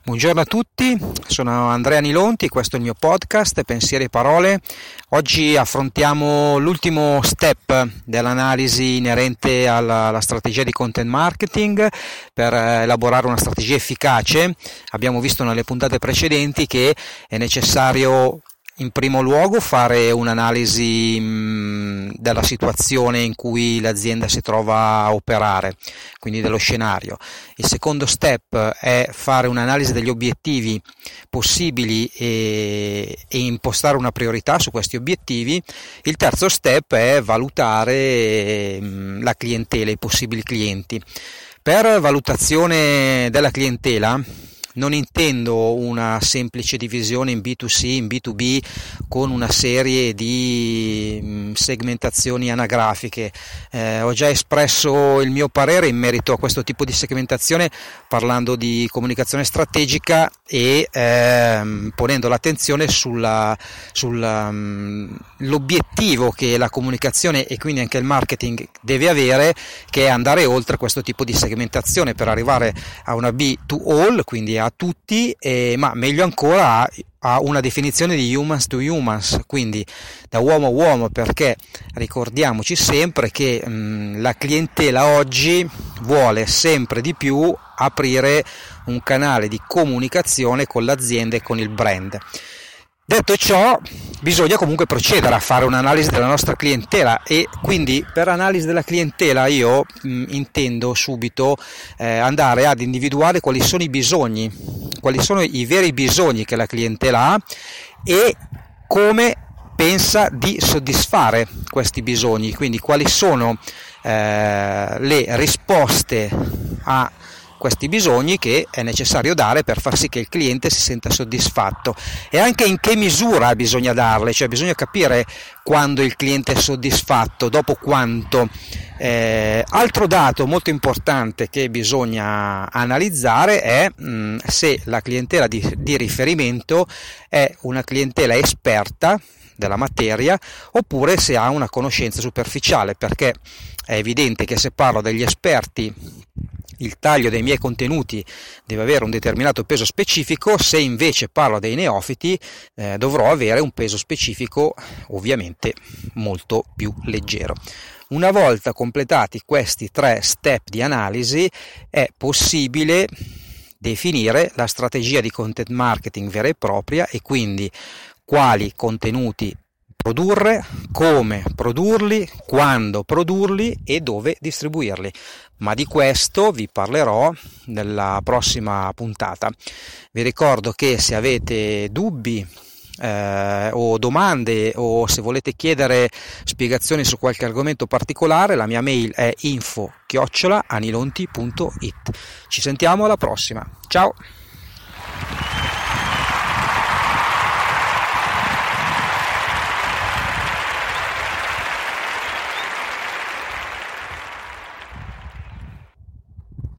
Buongiorno a tutti, sono Andrea Nilonti, questo è il mio podcast Pensieri e Parole. Oggi affrontiamo l'ultimo step dell'analisi inerente alla strategia di content marketing per elaborare una strategia efficace. Abbiamo visto nelle puntate precedenti che è necessario in primo luogo fare un'analisi della situazione in cui l'azienda si trova a operare, quindi dello scenario. Il secondo step è fare un'analisi degli obiettivi possibili e impostare una priorità su questi obiettivi. Il terzo step è valutare la clientela, i possibili clienti. Per valutazione della clientela non intendo una semplice divisione in B2C, in B2B con una serie di segmentazioni anagrafiche. Ho già espresso il mio parere in merito a questo tipo di segmentazione parlando di comunicazione strategica e ponendo l'attenzione sull'obiettivo che la comunicazione e quindi anche il marketing deve avere, che è andare oltre questo tipo di segmentazione per arrivare a una B2all, quindi a tutti, ma meglio ancora a una definizione di humans to humans, quindi da uomo a uomo, perché ricordiamoci sempre che la clientela oggi vuole sempre di più aprire un canale di comunicazione con l'azienda e con il brand. Detto ciò, bisogna comunque procedere a fare un'analisi della nostra clientela e quindi per analisi della clientela io intendo subito andare ad individuare quali sono i bisogni, quali sono i veri bisogni che la clientela ha e come pensa di soddisfare questi bisogni, quindi quali sono le risposte a questi bisogni che è necessario dare per far sì che il cliente si senta soddisfatto e anche in che misura bisogna darle, cioè bisogna capire quando il cliente è soddisfatto, dopo quanto. Altro dato molto importante che bisogna analizzare è se la clientela di riferimento è una clientela esperta della materia oppure se ha una conoscenza superficiale, perché è evidente che se parlo degli esperti il taglio dei miei contenuti deve avere un determinato peso specifico, se invece parlo dei neofiti dovrò avere un peso specifico ovviamente molto più leggero. Una volta completati questi 3 step di analisi è possibile definire la strategia di content marketing vera e propria e quindi quali contenuti produrre, come produrli, quando produrli e dove distribuirli. Ma di questo vi parlerò nella prossima puntata. Vi ricordo che se avete dubbi o domande o se volete chiedere spiegazioni su qualche argomento particolare, la mia mail è info@anilonti.it. Ci sentiamo alla prossima. Ciao!